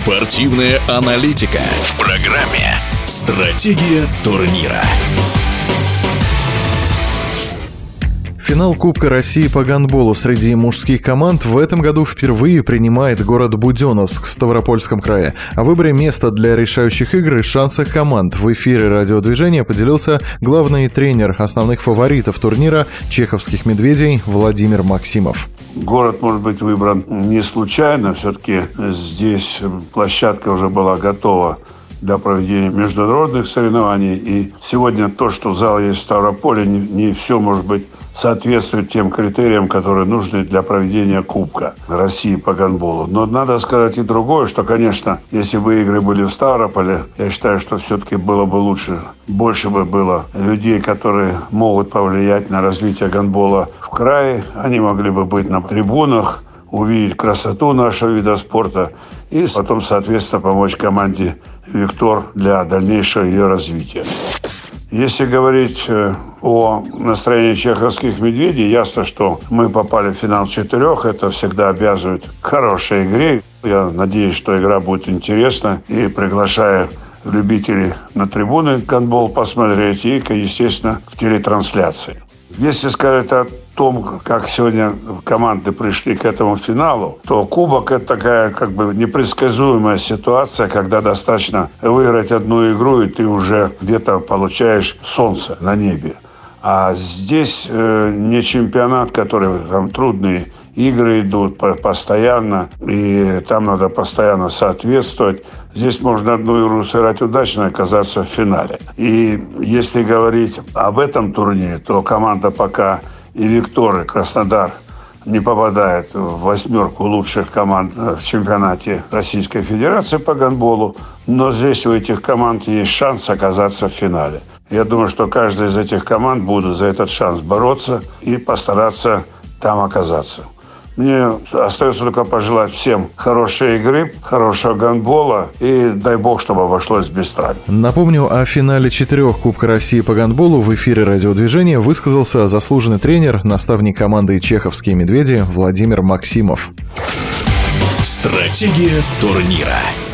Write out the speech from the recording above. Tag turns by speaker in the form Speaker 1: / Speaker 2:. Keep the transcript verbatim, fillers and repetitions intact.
Speaker 1: Спортивная аналитика в программе «Стратегия турнира».
Speaker 2: Финал Кубка России по гандболу среди мужских команд в этом году впервые принимает город Буденновск в Ставропольском крае. О выборе места для решающих игр и шансах команд в эфире радиодвижения поделился главный тренер основных фаворитов турнира чеховских «Медведей» Владимир Максимов.
Speaker 3: Город может быть выбран не случайно. Все-таки здесь площадка уже была готова для проведения международных соревнований. И сегодня то, что зал есть в Ставрополе, не, не все, может быть, соответствует тем критериям, которые нужны для проведения Кубка России по гандболу. Но надо сказать и другое, что, конечно, если бы игры были в Ставрополе, я считаю, что все-таки было бы лучше, больше бы было людей, которые могут повлиять на развитие гандбола в крае. Они могли бы быть на трибунах, увидеть красоту нашего вида спорта и потом, соответственно, помочь команде «Виктор» для дальнейшего ее развития. Если говорить о настроении чеховских «Медведей», ясно, что мы попали в финал четырех. Это всегда обязывает к хорошей игре. Я надеюсь, что игра будет интересна. И приглашаю любителей на трибуны гандбол посмотреть и, естественно, в телетрансляции. Если сказать о том, как сегодня команды пришли к этому финалу, то кубок – это такая как бы непредсказуемая ситуация, когда достаточно выиграть одну игру, и ты уже где-то получаешь солнце на небе. А здесь э, не чемпионат, который там трудные игры идут постоянно, и там надо постоянно соответствовать. Здесь можно одну игру сыграть удачно и оказаться в финале. И если говорить об этом турнире, то команда пока и «Виктор», и «Краснодар» не попадает в восьмерку лучших команд в чемпионате Российской Федерации по гандболу, но здесь у этих команд есть шанс оказаться в финале. Я думаю, что каждая из этих команд будет за этот шанс бороться и постараться там оказаться. Мне остается только пожелать всем хорошей игры, хорошего гандбола и дай бог, чтобы обошлось без травм.
Speaker 2: Напомню, о финале четырех Кубка России по гандболу в эфире радиодвижения высказался заслуженный тренер, наставник команды «Чеховские медведи» Владимир Максимов.
Speaker 1: Стратегия турнира.